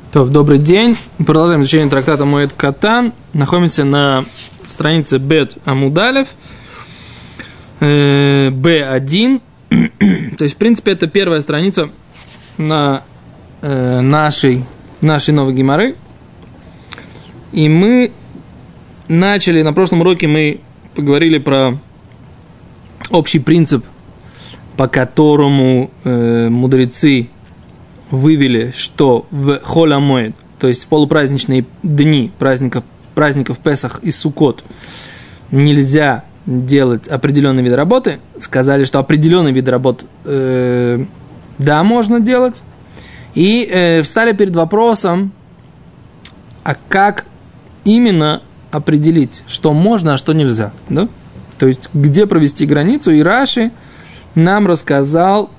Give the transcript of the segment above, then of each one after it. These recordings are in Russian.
Добрый день. Продолжаем изучение трактата Моэд Катан. Находимся на странице Бет Амудалев, Б1. То есть, в принципе, это первая страница на нашей новой гемары. И мы начали, на прошлом уроке мы поговорили про общий принцип, по которому мудрецы вывели, что в Холь ха-Моэд, то есть в полупраздничные дни праздников Песах и Суккот, нельзя делать определенный вид работы. Сказали, что определенный вид работ да, можно делать. И встали перед вопросом, а как именно определить, что можно, а что нельзя. Да? То есть, где провести границу. И Раши нам рассказал,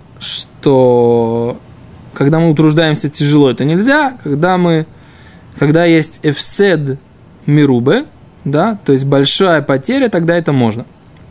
что когда мы утруждаемся тяжело, это нельзя. Когда есть эфсед мирубе, да, то есть большая потеря, тогда это можно.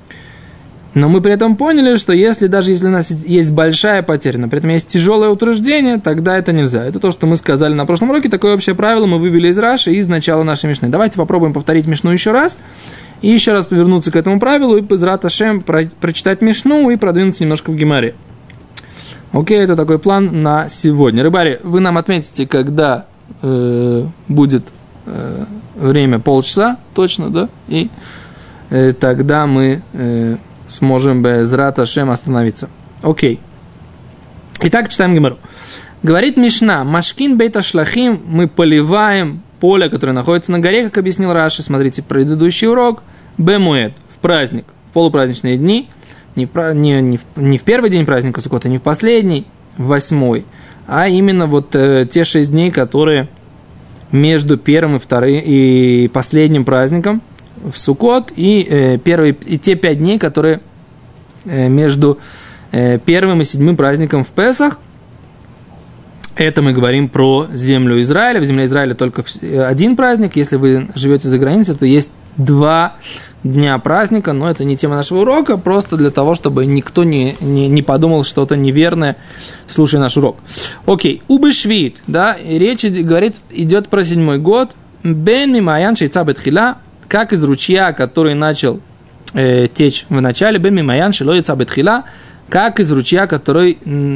Но мы при этом поняли, что даже если у нас есть большая потеря, но при этом есть тяжелое утруждение, тогда это нельзя. Это то, что мы сказали на прошлом уроке. Такое общее правило мы вывели из Раши и из начала нашей Мишны. Давайте попробуем повторить Мишну еще раз. И еще раз повернуться к этому правилу и Безрат Ашем прочитать Мишну и продвинуться немножко в Гемаре. Окей, это такой план на сегодня. Рыбари, вы нам отметите, когда будет время полчаса, точно, да? И тогда мы сможем Безрат Ашем остановиться. Окей. Итак, читаем Гемару. Говорит Мишна, Машкин бейт ашлахим, мы поливаем поле, которое находится на горе, как объяснил Раши. Смотрите предыдущий урок. Бемуэд, в праздник, в полупраздничные дни. Не в первый день праздника Суккота, не в последний, в 8-й, а именно вот те 6 дней, которые между первым и вторым и последним праздником в Суккот, и те 5 дней, которые между первым и 7-м праздником в Песах. Это мы говорим про землю Израиля. В земле Израиля только один праздник. Если вы живете за границей, то есть 2 дня праздника, но это не тема нашего урока, просто для того, чтобы никто не подумал что-то неверное, слушая наш урок. Окей, убешвит, да, и речь идет про 7-й год. Бен мимаян шейца бетхила, как из ручья, который начал течь в начале, бен мимаян шело яйца бетхила, как из ручья, который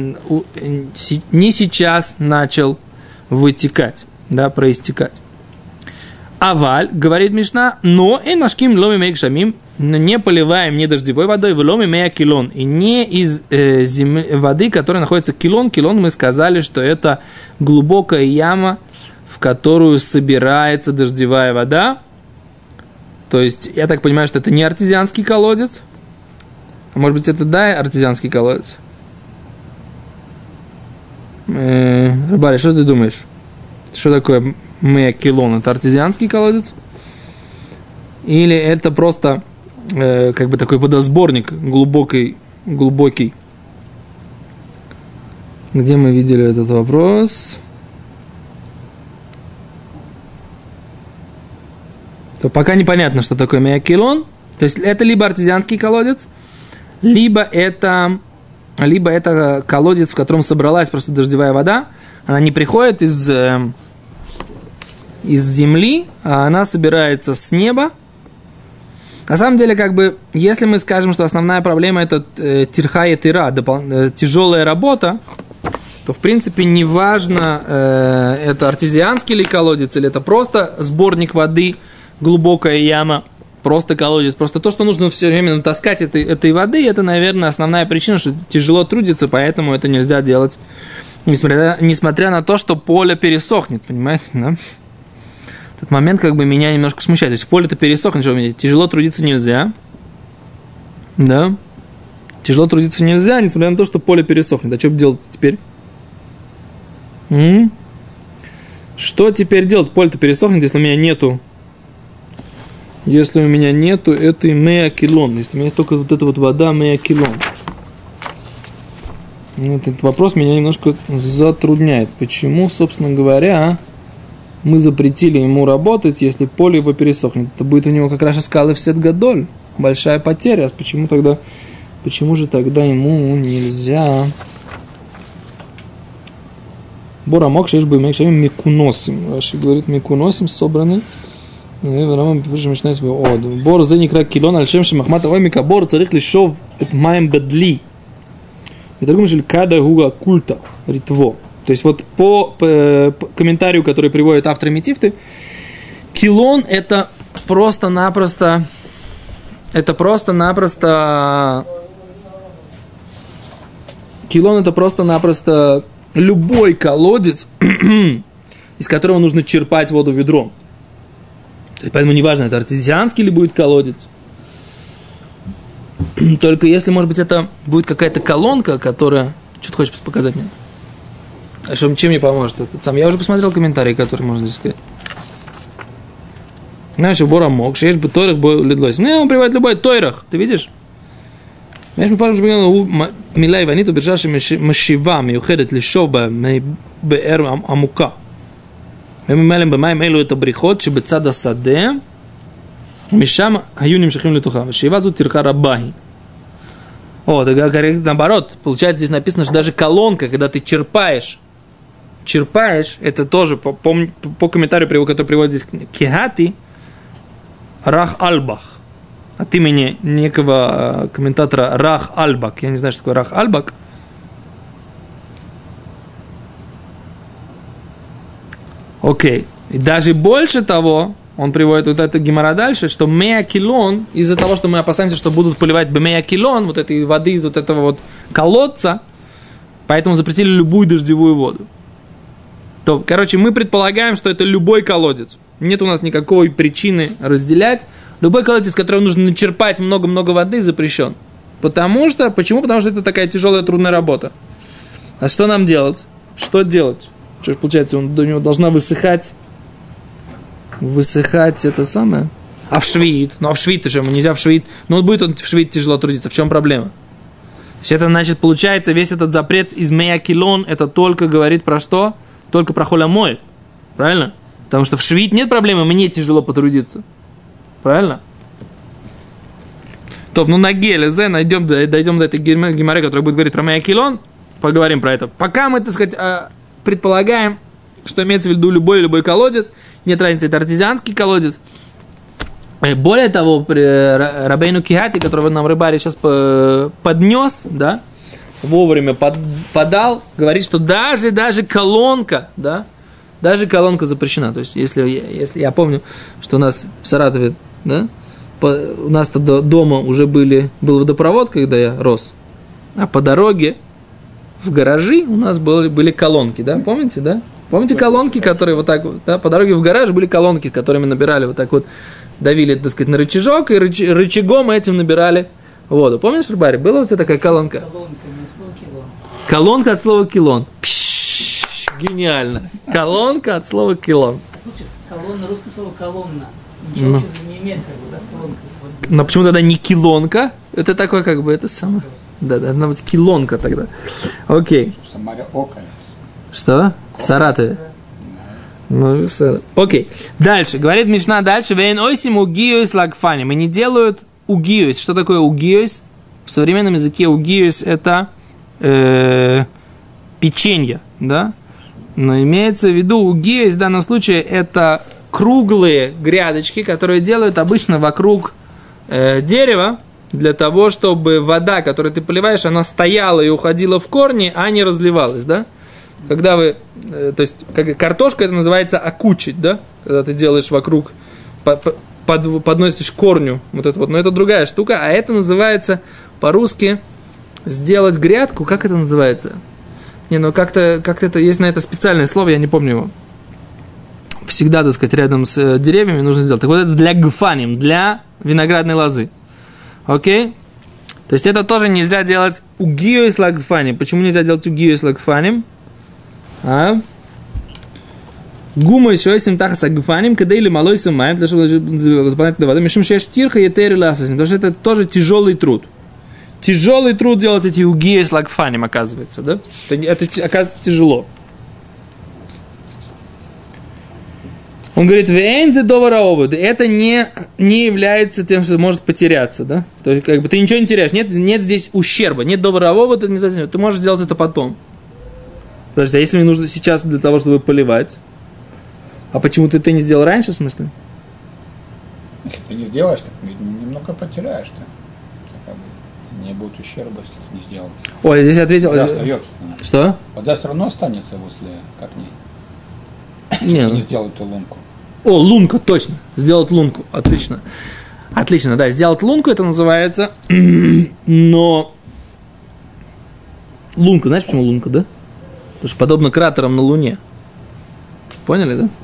не сейчас начал вытекать, да, проистекать. Аваль, говорит Мишна, но и машким ломи мей гшамим, не поливаем не дождевой водой, в ломи мея килон, и не из воды, которая находится килон. Килон, мы сказали, что это глубокая яма, в которую собирается дождевая вода. То есть, я так понимаю, что это не артезианский колодец. А может быть, это да, артезианский колодец? Рыбари, что ты думаешь? Что такое мея-килон? Это артезианский колодец? Или это просто как бы такой водосборник глубокий? Где мы видели этот вопрос? То пока непонятно, что такое мея-килон. То есть это либо артезианский колодец, либо это колодец, в котором собралась просто дождевая вода. Она не приходит из земли, а она собирается с неба. На самом деле, как бы, если мы скажем, что основная проблема это тирха и тира, тяжелая работа, то, в принципе, неважно, это артезианский ли колодец, или это просто сборник воды, глубокая яма, просто колодец. Просто то, что нужно все время натаскать этой воды, это, наверное, основная причина, что тяжело трудится, поэтому это нельзя делать, несмотря на то, что поле пересохнет, понимаете, да? Этот момент как бы меня немножко смущает. То есть поле-то пересохнет, что тяжело трудиться нельзя. Да? Тяжело трудиться нельзя, несмотря на то, что поле пересохнет. А что делать теперь? Что теперь делать? Поле-то пересохнет, если у меня нету этой мея-килон. Если у меня есть только вот эта вот вода мея-килон. Этот вопрос меня немножко затрудняет. Почему, собственно говоря, мы запретили ему работать, если поле его пересохнет? Это будет у него как раз скалы в сет гадоль. Большая потеря. Почему же тогда ему нельзя Бор амок шеш бы микуносим. Раши говорит микуносим собраны. Бор за некра килон альшем шемахмата оймика бор царих лишов эт маем бедли. И другом же када гуга культа ритво. То есть вот по комментарию, который приводит автор Метифты, килон это просто-напросто килон это просто-напросто любой колодец, из которого нужно черпать воду ведром. Поэтому неважно, это артезианский или будет колодец. Только если, может быть, это будет какая-то колонка, которая... Что ты хочешь показать мне? А чем мне поможет этот сам? Я уже посмотрел комментарии, которые можно здесь сказать. Знаешь, бора мог, шесть бы тойрах ледлось. Ну, он приводит любой тойрах, ты видишь? Знаешь, мы пару что милай ванит убежавший машива, миухедет лишоба, бэр амука. Мы мелем бэмаем элу это брихот, что бецада саде, мишам аюним шахим летуха. Машива зу тирха рабахи. О, наоборот, получается, здесь написано, что даже колонка, когда ты черпаешь, это тоже по комментарию, который приводит здесь Кихати, Рах Альбах, от имени некого комментатора Рах Альбак. Я не знаю, что такое Рах Альбак. Окей. И даже больше того, он приводит вот это гемара дальше, что меякилон, из-за того, что мы опасаемся, что будут поливать бемеякилон, вот этой воды из вот этого вот колодца, поэтому запретили любую дождевую воду. То, короче, мы предполагаем, что это любой колодец. Нет у нас никакой причины разделять. Любой колодец, из которого нужно начерпать много-много воды, запрещен. Почему? Потому что это такая тяжелая, трудная работа. А что нам делать? Что делать? Что же получается, у него должна высыхать это самое. А в швид? Ну, а в швид-то же ему нельзя в швид. Ну, вот будет он в швид тяжело трудиться. В чем проблема? То есть это, значит, получается, весь этот запрет из меякилон, это только говорит про что? Только про холямоев. Правильно? Потому что в швид нет проблемы, мне тяжело потрудиться. Правильно? То, ну, на геле, дойдем до этой геморры, которая будет говорить про меякилон, поговорим про это. Пока мы, так сказать, предполагаем, что имеется в виду любой колодец, нет разницы, это артезианский колодец. Более того, Рабейну Кихати, которого нам рыбарь сейчас поднес, да, вовремя подал, говорит, что даже колонка, да, даже колонка запрещена. То есть, если я помню, что у нас в Саратове, да, у нас-то дома уже был водопровод, когда я рос, а по дороге в гаражи у нас были колонки, да, помните, да? Помните колонки, которые вот так вот, да, по дороге в гараж были колонки, которыми набирали вот так вот, давили, так сказать, на рычажок, и рычагом этим набирали воду. Помнишь, Рыбарь, была у тебя такая колонка? Колонка от слова килон. Пшшш, гениально. Колонка от слова килон. Колонна, русское слово колонна. Ничего общего не имеет, как бы, да, с колонкой. Но почему тогда не килонка? Это такое, как бы, это самое. Да, должна быть килонка тогда. Окей. В Самаре око. Что? В Саратове. Ну, окей. Дальше. Говорит Мишна дальше. Вейн ойсим угиюс лагфаним. И не делают угиюс. Что такое угиюс? В современном языке угиюс это печенье, да? Но имеется в виду угиюс в данном случае это круглые грядочки, которые делают обычно вокруг дерева, для того, чтобы вода, которую ты поливаешь, она стояла и уходила в корни, а не разливалась, да? Когда то есть, как картошка, это называется окучить, да? Когда ты делаешь вокруг, подносишь к корню, вот это вот, но это другая штука, а это называется по-русски сделать грядку, как это называется? Не, ну как-то это, есть на это специальное слово, я не помню его. Всегда, так сказать, рядом с деревьями нужно сделать. Так вот это для гфаним, для виноградной лозы. Окей? То есть это тоже нельзя делать угиюс лагфаним. Почему нельзя делать угиюс лагфаним? Гума еще есть имтахас агфаним, когда или малой сумаем, для того, чтобы заполнять воду. Мишим шеш тирха етери ласасим. Потому что это тоже тяжелый труд. Тяжелый труд делать эти угиюс лагфаним, оказывается, да? Это оказывается тяжело. Он говорит, вээнзе довараовуд, это не является тем, что может потеряться, да? То есть, как бы ты ничего не теряешь, нет здесь ущерба, нет довараовуд, ты можешь сделать это потом. Подожди, а если мне нужно сейчас для того, чтобы поливать, а почему ты не сделал раньше, в смысле? Если ты не сделаешь, так немного потеряешь ты. Не будет ущерба, если ты не сделал. Ой, здесь ответил... Вода остается. Что? Вода все равно останется после корней. Не, не сделать эту лунку. О, лунка, точно. Сделать лунку. Отлично. Отлично, да. Сделать лунку, это называется... Но... Лунка, знаешь, почему лунка, да? Потому что подобно кратерам на Луне. Поняли, да?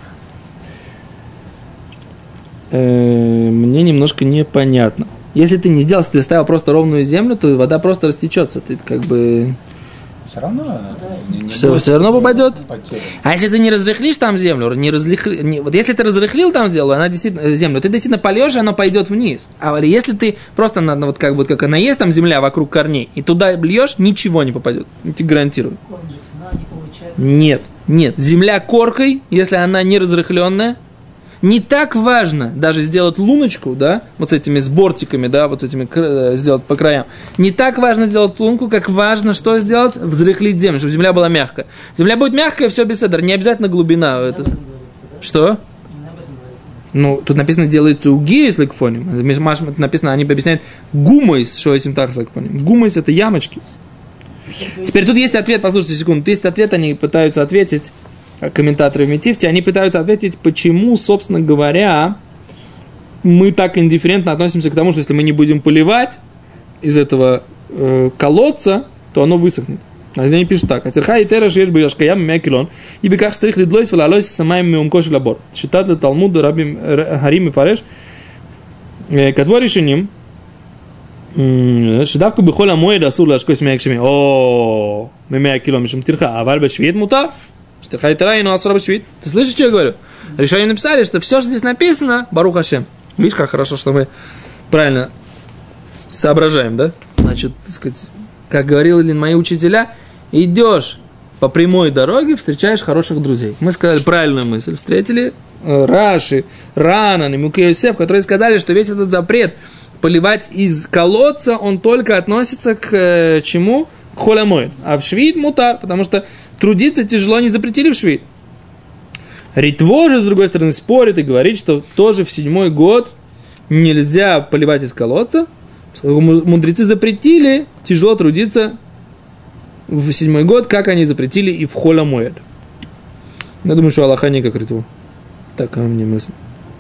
Мне немножко непонятно. Если ты не сделал, если ты ставил просто ровную землю, то вода просто растечется. Ты как бы... Все равно все равно попадет. А если ты не разрыхлишь там землю, вот если ты разрыхлил там землю, ты действительно польешь, и она пойдет вниз. А если ты просто вот как она есть, там земля вокруг корней, и туда льешь, ничего не попадет. Я тебе гарантирую. Нет. Земля коркой, если она не разрыхленная, не так важно даже сделать луночку, да, вот с этими бортиками, да, вот с этими сделать по краям. Не так важно сделать лунку, как важно что сделать? Взрыхлить землю, чтобы земля была мягкая. Земля будет мягкая, все без седра, не обязательно глубина. Это... Да? Что? Ну, тут написано делается угей с лакфоним. Написано, они объясняют гумойс, что этим так с лакфоним. Гумойс это ямочки. Теперь тут есть ответ, послушайте секунду, тут есть ответ, они пытаются ответить. Комментаторы в Метифте, они пытаются ответить, почему, собственно говоря, мы так индифферентно относимся к тому, что если мы не будем поливать из этого колодца, то оно высохнет. А здесь они пишут так. Атерха и тера шеешь бияшкаям мякилон, и беках стрих лидлойс валалойс самаем меумкош лабор. Считат ли Талмуд рабим Харим и Фареш, катво решением, шедавку бихола моеда асур лашкойс мякшими. О, мякилон мишем тирха, а вальба швид мута. Ты слышишь, что я говорю? Решение написали, что все, что здесь написано, Барух Ашем. Видишь, как хорошо, что мы правильно соображаем, да? Значит, так сказать, как говорили мои учителя, идешь по прямой дороге, встречаешь хороших друзей. Мы сказали правильную мысль. Встретили Раши, Ранан и Муки Йосеф, которые сказали, что весь этот запрет поливать из колодца, он только относится к чему? К холямоид. А в швид мутар, потому что трудиться тяжело, не запретили в швид. Ритво же, с другой стороны, спорит и говорит, что тоже в 7-й год нельзя поливать из колодца. Мудрецы запретили тяжело трудиться в 7-й год, как они запретили и в холямоид. Я думаю, что Аллаха не как Ритво. Такая мне мысль.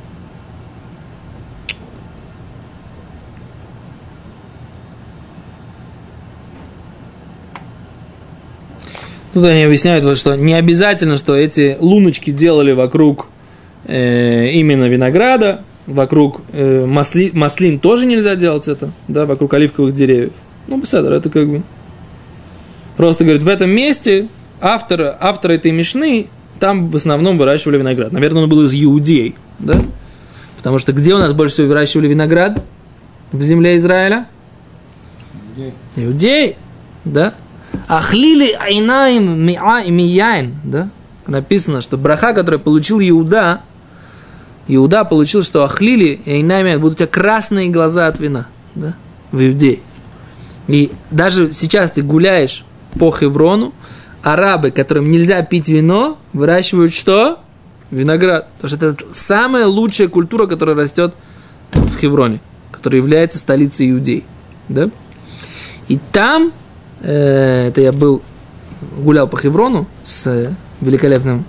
Тут они объясняют, что не обязательно, что эти луночки делали вокруг именно винограда, вокруг маслин тоже нельзя делать это, да, вокруг оливковых деревьев. Ну, беседер, это как бы... Просто, говорит, в этом месте автор этой мишны, там в основном выращивали виноград. Наверное, он был из Иудей, да? Потому что где у нас больше всего выращивали виноград? В земле Израиля? Иудей, да? Ахлили айнаим миа и мияин, да? Написано, что браха, который получил Иуда получил, что ахлили айнаим будут у тебя красные глаза от вина, да? В Иудее. И даже сейчас ты гуляешь по Хеврону, арабы, которым нельзя пить вино, выращивают что? Виноград. Потому что это самая лучшая культура, которая растет в Хевроне, которая является столицей Иудеи, да? И там это я гулял по Хеврону с великолепным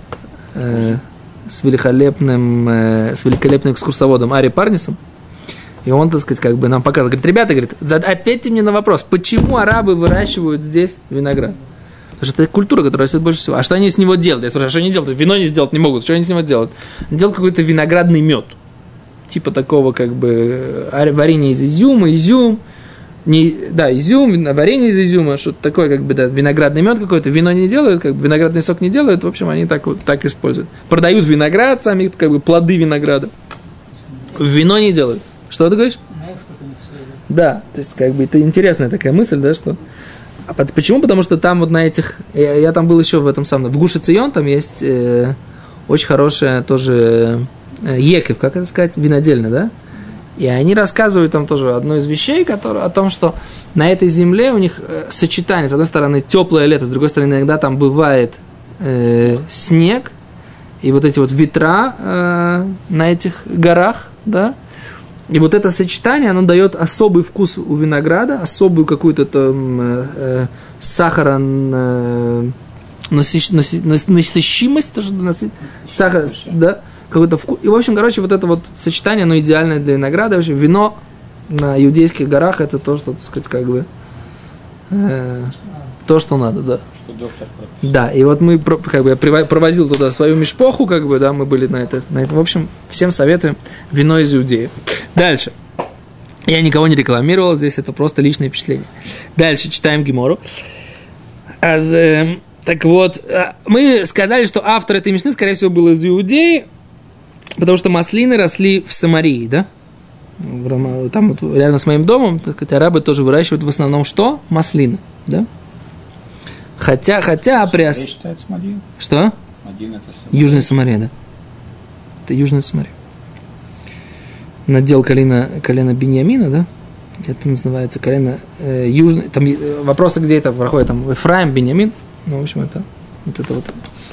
экскурсоводом Ари Парнисом, и он, так сказать, как бы нам показывал, говорит, ребята, говорит, ответьте мне на вопрос, почему арабы выращивают здесь виноград? Потому что это культура, которая растет больше всего. А что они с него делают? Я спрашиваю, что они делают? Вино не сделать не могут. Что они с него делают? Они делают какой-то виноградный мед. Типа такого, как бы, варенье из изюма, изюм, варенье из изюма, что-то такое, как бы, да, виноградный мед какой-то, вино не делают, как бы, виноградный сок не делают, в общем, они так используют. Продают виноград, сами, как бы, плоды винограда. Вино не делают. Что ты говоришь? Да, то есть, как бы, это интересная такая мысль, да, что... Почему? Потому что там вот на этих... Я там был еще в этом самом... В Гуш-Эцион там есть очень хорошая тоже... Екев, как это сказать? Винодельня, да? И они рассказывают там тоже одну из вещей, о том, что на этой земле у них сочетание, с одной стороны, теплое лето, с другой стороны, иногда там бывает снег, и вот эти вот ветра на этих горах, да, и вот это сочетание, оно дает особый вкус у винограда, особую какую-то там сахара, насыщимость, сахар, да, какой-то вкус. И, в общем, вот это вот сочетание, оно идеальное для винограда. Вообще, вино на иудейских горах, это то, что, так сказать, как бы, то, что надо, да. Что доктор прописал. Да, и вот мы, как бы, я провозил туда свою мишпоху, как бы, да, мы были на это. В общем, всем советуем вино из Иудеи. Дальше. Я никого не рекламировал, здесь это просто личное впечатление. Дальше читаем Гемору. Так вот, мы сказали, что автор этой мишны, скорее всего, был из Иудеи, потому что маслины росли в Самарии, да? Там вот рядом с моим домом, так сказать, арабы тоже выращивают в основном что? Маслины, да? Хотя Самария считается Мадин? Что? Мадин это Самария. Южная Самария, да. Это Южная Самария. Надел колено Биньямина, да? Это называется колено южный. Там вопросы, где это проходит, там Эфраим, Биньямин. Ну, в общем, это вот.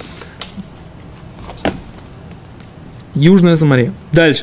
Южная Самария. Дальше.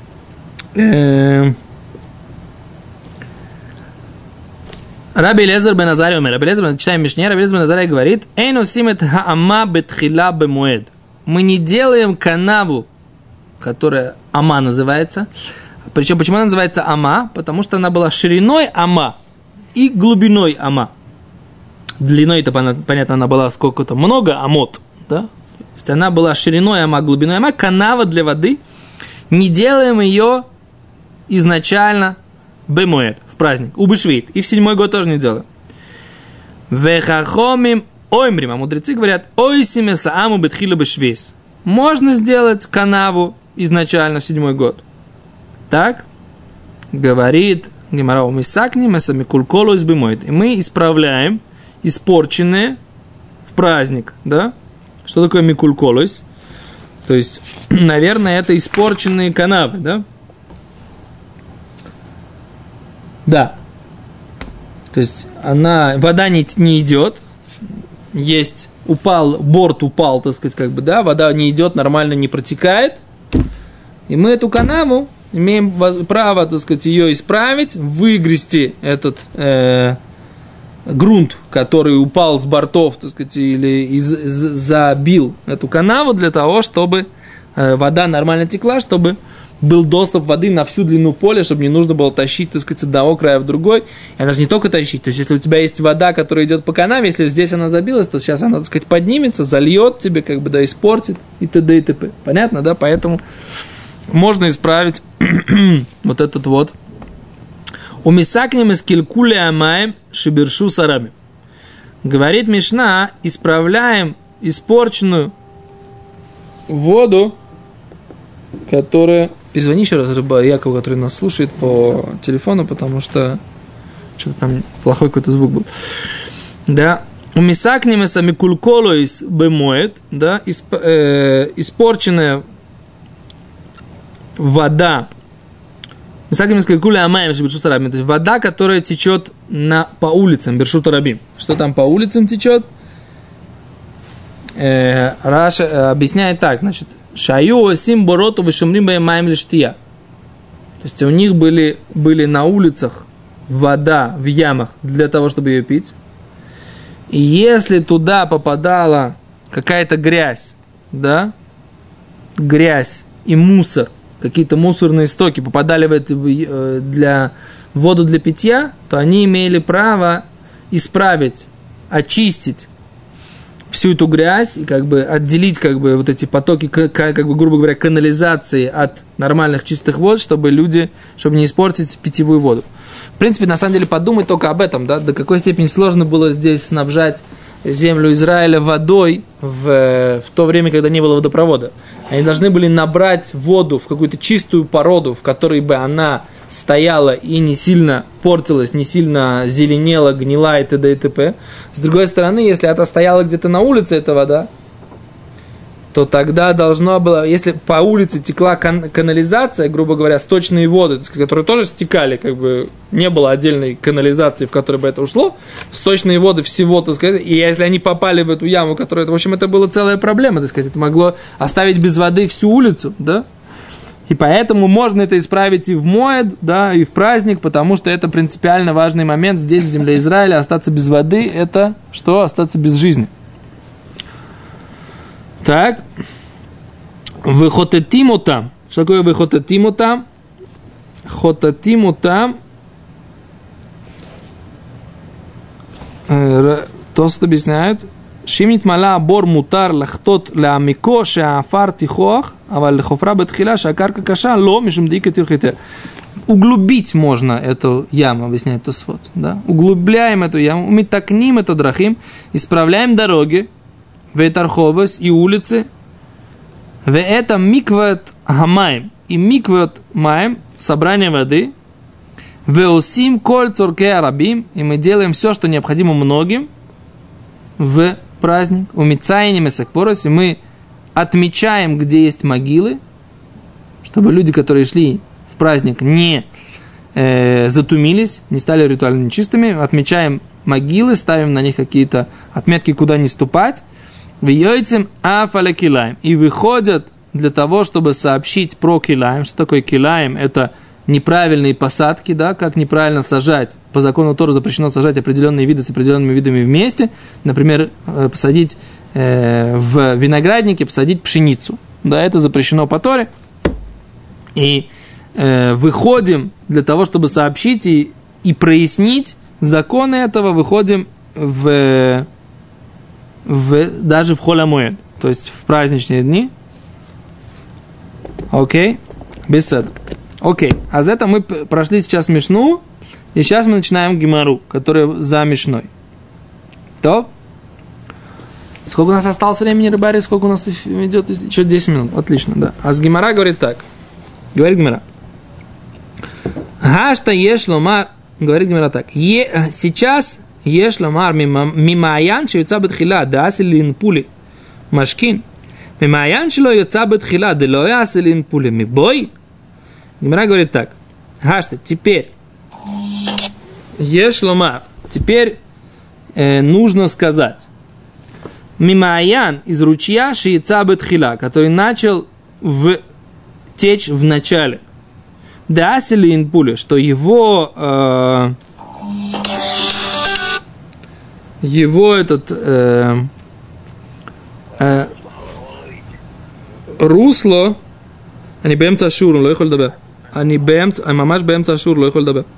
Раби Элиэзер бен Азария умер. Раби Элиэзер, читаем Мишне, Раби Элиэзер бен Азария говорит: «Эйн осим эт хаама бетхила бемоэд». Мы не делаем канаву, которая ама называется. Причем, почему она называется ама? Потому что она была шириной ама и глубиной ама. Длиной-то, понятно, она была сколько-то много амот, да? То есть она была шириной ама, глубиной ама. Канава для воды. Не делаем ее изначально бемоэд, в праздник, убышвит. И в 7-й год тоже не делаем. Вехахомим оймрим. А мудрецы говорят: ойсиме сааму бетхила бешвис. Можно сделать канаву изначально в 7-й год. Так говорит Гемара: умисакним эсамикулколу из бемоэд. И мы исправляем испорченные в праздник, да? Что такое микулколос? То есть, наверное, это испорченные канавы, да? Да. То есть, вода не идет, есть, борт упал, так сказать, как бы, да, вода не идет, нормально не протекает, и мы эту канаву имеем право, так сказать, ее исправить, выгрести этот грунт, который упал с бортов, так сказать, или забил эту канаву для того, чтобы вода нормально текла, чтобы был доступ воды на всю длину поля, чтобы не нужно было тащить, так сказать, с одного края в другой. И она же не только тащить. То есть, если у тебя есть вода, которая идет по канаве, если здесь она забилась, то сейчас она, так сказать, поднимется, зальет тебе, как бы, да, испортит, и т.д. и т.п. Понятно, да? Поэтому можно исправить вот этот вот. Умисакнем из килькули амаем шибершу сараби. Говорит Мишна: исправляем испорченную воду, которая... Перезвони еще раз Якову, который нас слушает по телефону, потому что что-то там плохой какой-то звук был. Да. Умисакнем из амикулколо из бемоэд, да, испорченная вода. То есть вода, которая течет по улицам, бершут рабим. Что там по улицам течет? Раша объясняет так, значит, шаю осим бороту вышумрим баемаем лиштия. То есть у них были на улицах вода в ямах для того, чтобы ее пить. И если туда попадала какая-то грязь, да, грязь и мусор, какие-то мусорные стоки попадали в эту воду для питья, то они имели право исправить, очистить всю эту грязь и как бы отделить как бы вот эти потоки, как бы, грубо говоря, канализации от нормальных чистых вод, чтобы не испортить питьевую воду. В принципе, на самом деле, подумать только об этом, да, до какой степени сложно было здесь снабжать землю Израиля водой в то время, когда не было водопровода. Они должны были набрать воду в какую-то чистую породу, в которой бы она стояла и не сильно портилась, не сильно зеленела, гнила и т.д. и т.п. С другой стороны, если это стояла где-то на улице, эта вода, то тогда должно было, если по улице текла канализация, грубо говоря, сточные воды, которые тоже стекали, как бы не было отдельной канализации, в которой бы это ушло, сточные воды всего, так сказать, и если они попали в эту яму, которая, в общем, это была целая проблема, так сказать, это могло оставить без воды всю улицу, да, и поэтому можно это исправить и в Моэд, да, и в праздник, потому что это принципиально важный момент здесь, в земле Израиля, остаться без воды, это что? Остаться без жизни. Так, выхотетимута. Что такое выхотетимута? Хотетимута. Тосфот объясняют. Шимнит мала бор мутар лахтот лаамико шаафар тихох, аваль лехофра бетхила шакарка каша ло мишум дика тирхите. Углубить можно эту яму, объясняет Тосфот. Да? Углубляем эту яму, умитакним это драхим, исправляем дороги, вейтарховес и улицы, ве это микват гамаем, и микват маем, собрание воды, веосим коль цорке арабим, и мы делаем все, что необходимо многим в праздник, умицаиним и сакпорос, и мы отмечаем, где есть могилы, чтобы люди, которые шли в праздник, не затумились, не стали ритуально нечистыми, отмечаем могилы, ставим на них какие-то отметки, куда не ступать, вьёйцем афаля килаем, и выходят для того, чтобы сообщить про килаем. Что такое килаем? Это неправильные посадки, да, как неправильно сажать. По закону Торы запрещено сажать определенные виды с определенными видами вместе. Например, посадить в винограднике, посадить пшеницу. Да, это запрещено по Торе. И выходим для того, чтобы сообщить и прояснить законы этого, выходим даже в Холь ха-Моэд, то есть в праздничные дни. Окей? Беседа. Окей. А за это мы прошли сейчас Мишну, и сейчас мы начинаем Гемару, которая за Мишной. То? Сколько у нас осталось времени, рыбари? Сколько у нас идет? Еще 10 минут. Отлично, да. А с Гемара говорит так. Говорит Гемара. Гашта еш ломар. Говорит Гемара так. Сейчас еш ломар мимаян шеюца бетхила дааси линпули машкин. Мимаян шело юца бетхила дело яси линпули мибой. Гемара говорит так. Гашта, теперь еш ломар. Теперь нужно сказать. Мимаян из ручья шеюца бетхила, который начал течь в начале. Дааси линпули, что его русло, אני באמצע השיעור, הוא לא יכול לדבר. אני ממש באמצע השיעור, לא יכול לדבר.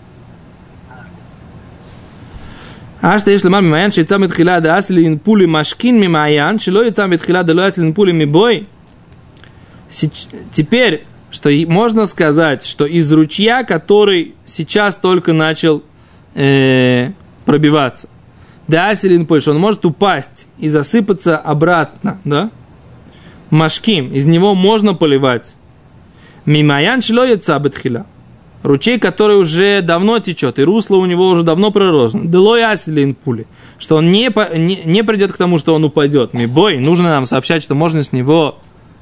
אשתה יש לומר ממעיין שיצא מתחילה דאס לינפולי משכין ממעיין, שלא יצא מתחילה דלא יס לינפולי מבוי. Теперь, что можно сказать, что из ручья, который сейчас только начал пробиваться, дааси линпуль, что он может упасть и засыпаться обратно, да? Машким, из него можно поливать. Мимаян шло яца бетхила. Ручей, который уже давно течет, и русло у него уже давно проложено. Делой асилин пули. Что он не придет к тому, что он упадет. Мибой, нужно нам сообщать, что можно с него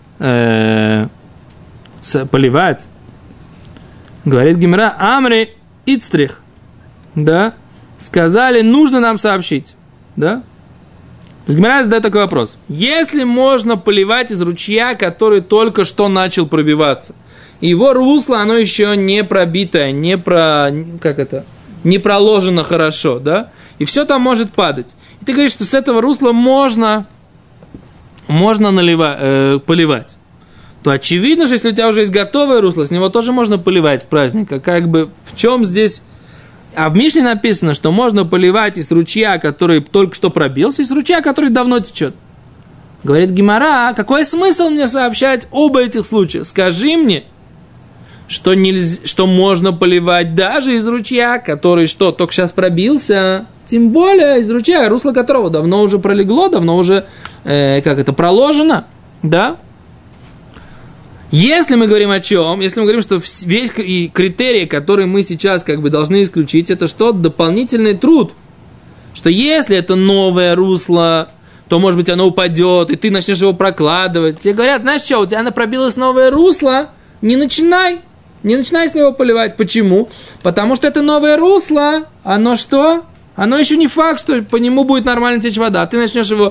поливать. Говорит Гемара, Амри ицтрих. Да? Сказали, нужно нам сообщить. Да? То есть Гемара задает такой вопрос. Если можно поливать из ручья, который только что начал пробиваться, его русло, оно еще не пробитое, не проложено хорошо, да? И все там может падать. И ты говоришь, что с этого русла можно поливать. То очевидно, что если у тебя уже есть готовое русло, с него тоже можно поливать в праздник. А как бы в чем здесь... А в Мишне написано, что можно поливать из ручья, который только что пробился, из ручья, который давно течет. Говорит Гемара, какой смысл мне сообщать оба этих случая? Скажи мне, что можно поливать даже из ручья, который что, только сейчас пробился, тем более из ручья, русло которого давно уже пролегло, давно уже проложено, да? Если мы говорим о чем? Если мы говорим, что весь критерий, который мы сейчас должны исключить, это что? Дополнительный труд. Что если это новое русло, то, может быть, оно упадет, и ты начнешь его прокладывать. Тебе говорят, знаешь что, у тебя пробилось новое русло, не начинай с него поливать. Почему? Потому что это новое русло, оно что? Оно еще не факт, что по нему будет нормально течь вода. Ты начнешь его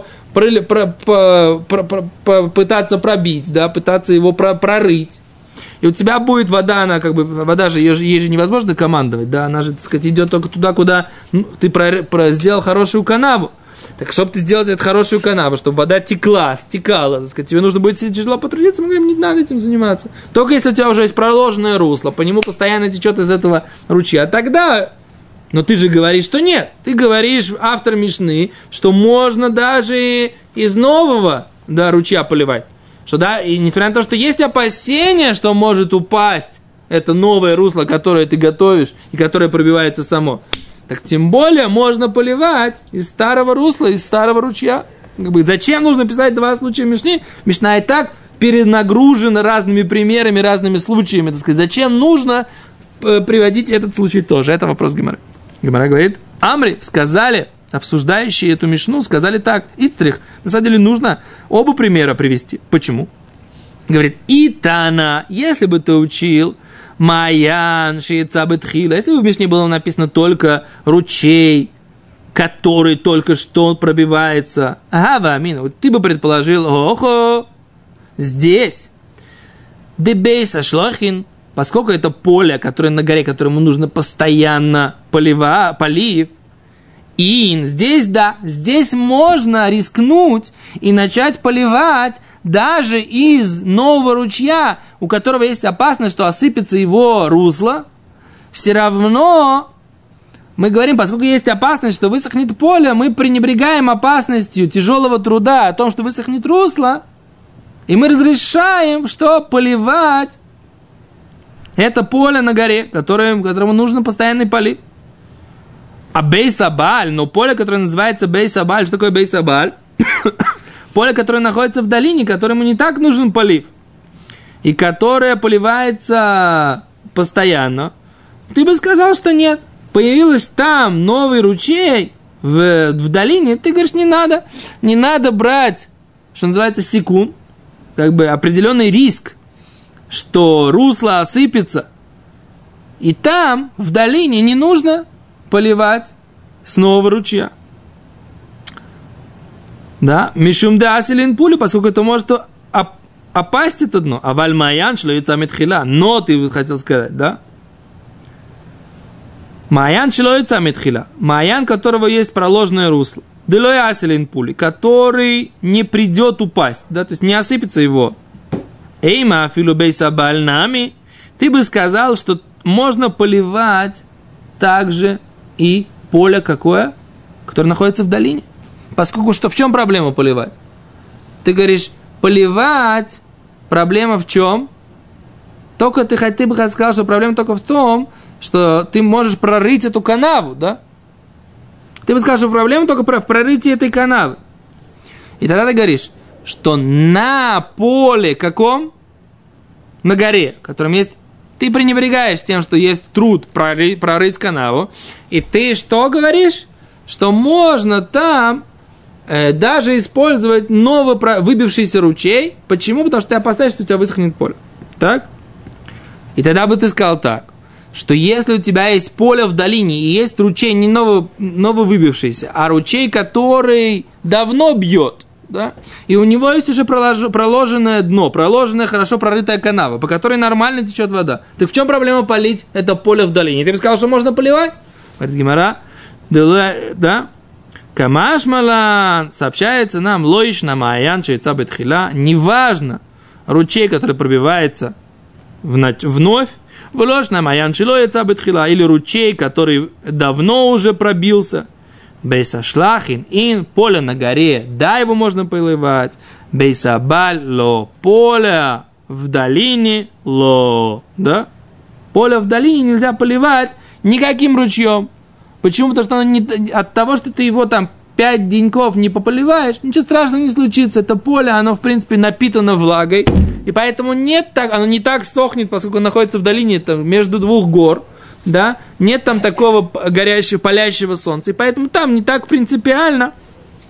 пытаться пробить, да, пытаться его прорыть. И у тебя будет вода, она как бы, вода же, ей же невозможно командовать, да, она же, так сказать, идет только туда, куда ты сделал хорошую канаву. Так, чтобы ты сделал эту хорошую канаву, чтобы вода стекала, так сказать, тебе нужно будет тяжело потрудиться, мы говорим, не надо этим заниматься. Только если у тебя уже есть проложенное русло, по нему постоянно течет из этого ручья, тогда... Но ты же говоришь, что нет. Ты говоришь, автор Мишны, что можно даже из нового, да, ручья поливать. Что, да, и несмотря на то, что есть опасения, что может упасть это новое русло, которое ты готовишь и которое пробивается само, так тем более можно поливать из старого русла, из старого ручья. Как бы, зачем нужно писать два случая Мишны? Мишна и так перенагружена разными примерами, разными случаями. Так сказать. Зачем нужно приводить этот случай тоже? Это вопрос Гемары. Гемара говорит, Амри сказали, обсуждающие эту Мишну, сказали так, Ицтрих, на самом деле нужно оба примера привести. Почему? Говорит, Итана, если бы ты учил Маян, Шиецабетхила, если бы в Мишне было написано только ручей, который только что пробивается, ты бы предположил, охо, здесь, Дебейса Шлохин, поскольку это поле, которое на горе, которому нужно постоянно полив, и здесь можно рискнуть и начать поливать даже из нового ручья, у которого есть опасность, что осыпется его русло, все равно мы говорим, поскольку есть опасность, что высохнет поле, мы пренебрегаем опасностью тяжелого труда о том, что высохнет русло, и мы разрешаем, что поливать это поле на горе, которому нужно постоянный полив. А Бейсабаль, но поле, которое называется Бейсабаль, что такое Бейсабаль? Поле, которое находится в долине, которому не так нужен полив, и которое поливается постоянно, ты бы сказал, что нет. Появился там новый ручей в долине, ты говоришь, не надо брать, что называется, секунд, как бы определенный риск, что русло осыпется, и там, в долине, не нужно поливать с нового ручья. Да, мишум да асилин пулю, поскольку это может опасть это дно. А вальмаян шлоица метхила, но ты хотел сказать, да? Маян шлоица метхила, маян, которого есть проложенное русло. Делой асилин пули, который не придет упасть, да, то есть не осыпется его. Эйма афилу бейсабаль нами, ты бы сказал, что можно поливать также и поле какое, которое находится в долине. Поскольку что, в чем проблема поливать? Ты говоришь, поливать, проблема в чем? Только ты бы сказал, что проблема только в том, что ты можешь прорыть эту канаву, да? Ты бы сказал, что проблема только в прорытии этой канавы. И тогда ты говоришь, что на поле каком? На горе, в котором есть... Ты пренебрегаешь тем, что есть труд прорыть канаву. И ты что говоришь? Что можно там даже использовать новый выбившийся ручей. Почему? Потому что ты опасаешься, что у тебя высохнет поле. Так? И тогда бы ты сказал так, что если у тебя есть поле в долине, и есть ручей не новый выбившийся, а ручей, который давно бьет, да? И у него есть уже проложенное дно, проложенная, хорошо прорытая канава, по которой нормально течет вода. Так в чем проблема полить это поле в долине? Ты бы сказал, что можно поливать? Говорит Гемара, да? Камаш малан, сообщается нам, лоиш на маян шейца бетхила, неважно, ручей, который пробивается вновь, вложь на маян шилоица бетхила, или ручей, который давно уже пробился, бейсашлахин, ин, поле на горе, да, его можно поливать, бейсабаль, ло, поле в долине, ло, да, поле в долине нельзя поливать никаким ручьем. Почему? Потому что от того, что ты его там 5 деньков не пополиваешь, ничего страшного не случится. Это поле, оно, в принципе, напитано влагой. И поэтому оно не так сохнет, поскольку находится в долине там, между двух гор. Да? Нет там такого горящего, палящего солнца. И поэтому там не так принципиально.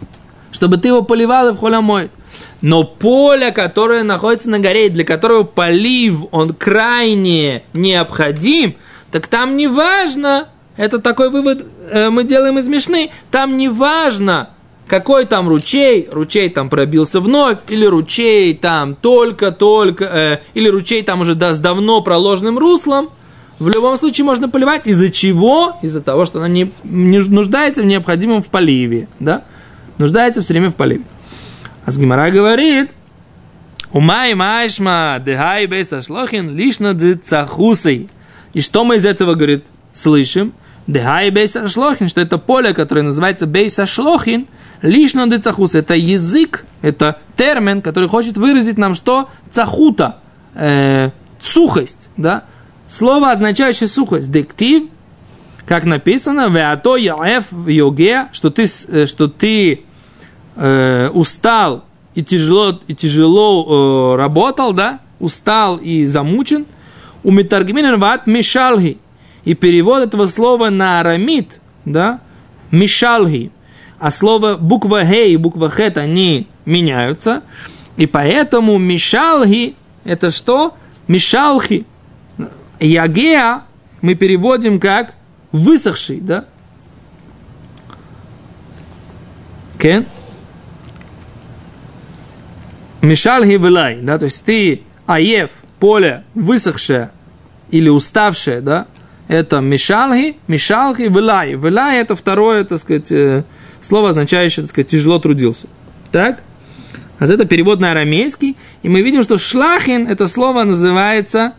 чтобы ты его поливал и в холямоид. Но поле, которое находится на горе, для которого полив, он крайне необходим, так там не важно, это такой вывод мы делаем из Мишны, там не важно, какой там ручей там пробился вновь, или ручей там только, или ручей там уже с давно проложенным руслом, в любом случае можно поливать. Из-за чего? Из-за того, что она не нуждается в необходимом в поливе, да? Нуждается все время в поливе. А с Гемара говорит, «Умай майшма дехай бейса шлохин лишна де цахусей». И что мы из этого, говорит, слышим? Дехай бейса шлохин, что это поле, которое называется бейса шлохин, лишна де цахусей. Это язык, это термин, который хочет выразить нам что? Цахута, сухость, да? Слово, означающее сухость. Дектив, как написано, «Веато яэф йоге», что ты устал и тяжело работал, да, устал и замучен, у митаргминен ват мишалги, и перевод этого слова на арамит, да, мишалги, а слово буква ге и буква хет, они меняются, и поэтому мишалги, это что? Мишалхи. Ягеа мы переводим как высохший, да? Кен? Мишалхи вилай, да, то есть ты аев, поле высохшее или уставшее, да, это мишалхи вилай. Вилай это второе, так сказать, слово, означающее, так сказать, тяжело трудился. Так? А это перевод на арамейский, и мы видим, что шлахин, это слово называется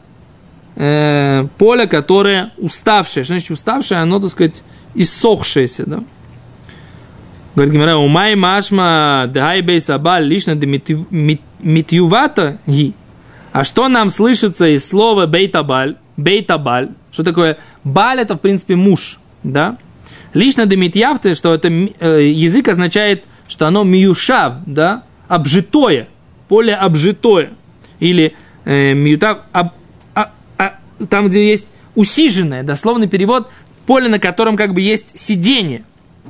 поле, которое уставшее. Что значит уставшее? Оно, так сказать, иссохшееся, да? Говорит Гемара, умай машма дхай бейс абаль лишна де митювата ги. А что нам слышится из слова бейтабаль? Бейтабаль. Что такое? Баль это, в принципе, муж, да? Лишна де митявта, что это язык означает, что оно миюшав, да? Обжитое. Поле обжитое. Или миютав, там, где есть усиженное, дословный перевод, поле, на котором как бы есть сиденье.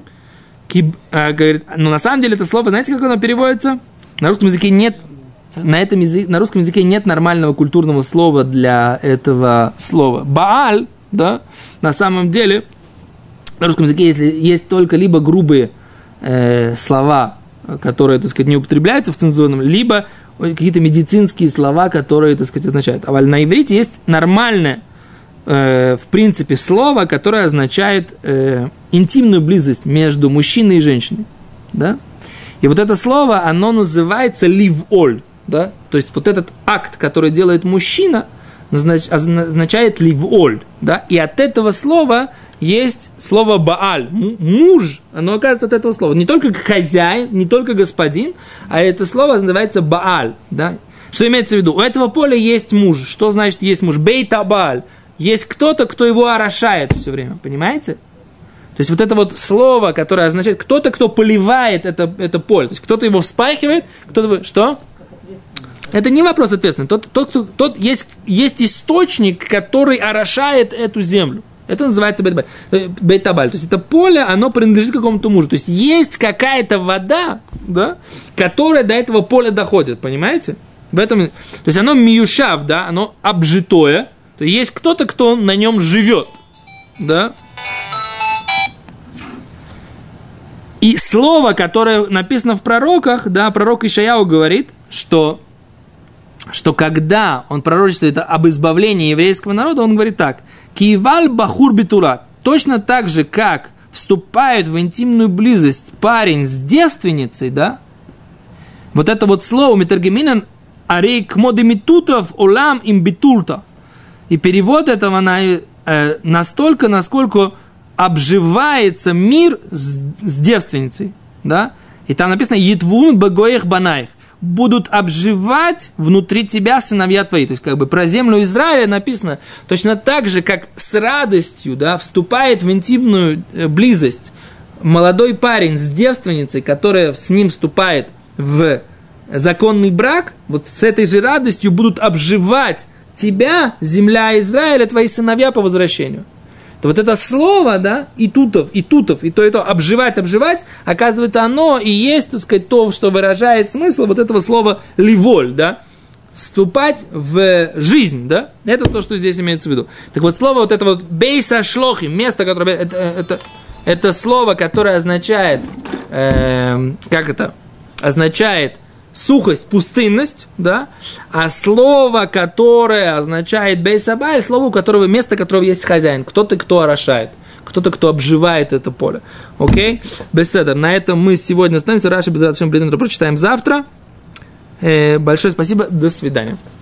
Говорит, но на самом деле это слово, знаете, как оно переводится? На русском языке нет, на русском языке нет нормального культурного слова для этого слова. Бааль, да, на самом деле, на русском языке есть только либо грубые слова, которые, так сказать, не употребляются в цензурном, либо какие-то медицинские слова, которые, так сказать, означают. А на иврите есть нормальное, в принципе, слово, которое означает интимную близость между мужчиной и женщиной. Да? И вот это слово, оно называется ливоль. Да? То есть вот этот акт, который делает мужчина, означает ливоль. Да? И от этого слова есть слово бааль. Муж, оно оказывается от этого слова. Не только хозяин, не только господин, а это слово называется бааль. Да? Что имеется в виду? У этого поля есть муж. Что значит есть муж? Бейтабаль. Есть кто-то, кто его орошает все время. Понимаете? То есть вот это вот слово, которое означает кто-то, кто поливает это поле. То есть кто-то его вспахивает, кто-то... Что? Это не вопрос ответственности. Есть источник, который орошает эту землю. Это называется бейтабаль. То есть это поле, оно принадлежит какому-то мужу. То есть есть какая-то вода, да, которая до этого поля доходит. Понимаете? В этом, то есть оно миюшав, да, оно обжитое. То есть есть кто-то, кто на нем живет. Да? И слово, которое написано в пророках, да, пророк Ишаяу говорит, что когда он пророчествует об избавлении еврейского народа, он говорит так: «Киеваль бахур битура», точно так же, как вступает в интимную близость парень с девственницей, да, вот это вот слово «метаргеминан арейк модемитутов олам им битулта». И перевод этого настолько, насколько обживается мир с девственницей, да? И там написано «Етвун бегоех банаих», будут обживать внутри тебя сыновья твои. То есть, как бы про землю Израиля написано точно так же, как с радостью, да, вступает в интимную близость молодой парень с девственницей, которая с ним вступает в законный брак, вот с этой же радостью будут обживать тебя, земля Израиля, твои сыновья по возвращению. то вот это слово, да, и тутов, и то, обживать, оказывается, оно и есть, так сказать, то, что выражает смысл вот этого слова ливоль, да, вступать в жизнь, да, это то, что здесь имеется в виду. Так вот, слово вот это вот бейса шлохи, место, которое, это слово, которое означает, означает сухость, пустынность, да, а слово, которое означает бейсабай, слово, у которого место, которого есть хозяин, кто-то, кто орошает, кто-то, кто обживает это поле. Окей? Беседа. На этом мы сегодня остановимся. Раши без Раташем Блинентра прочитаем завтра. Большое спасибо. До свидания.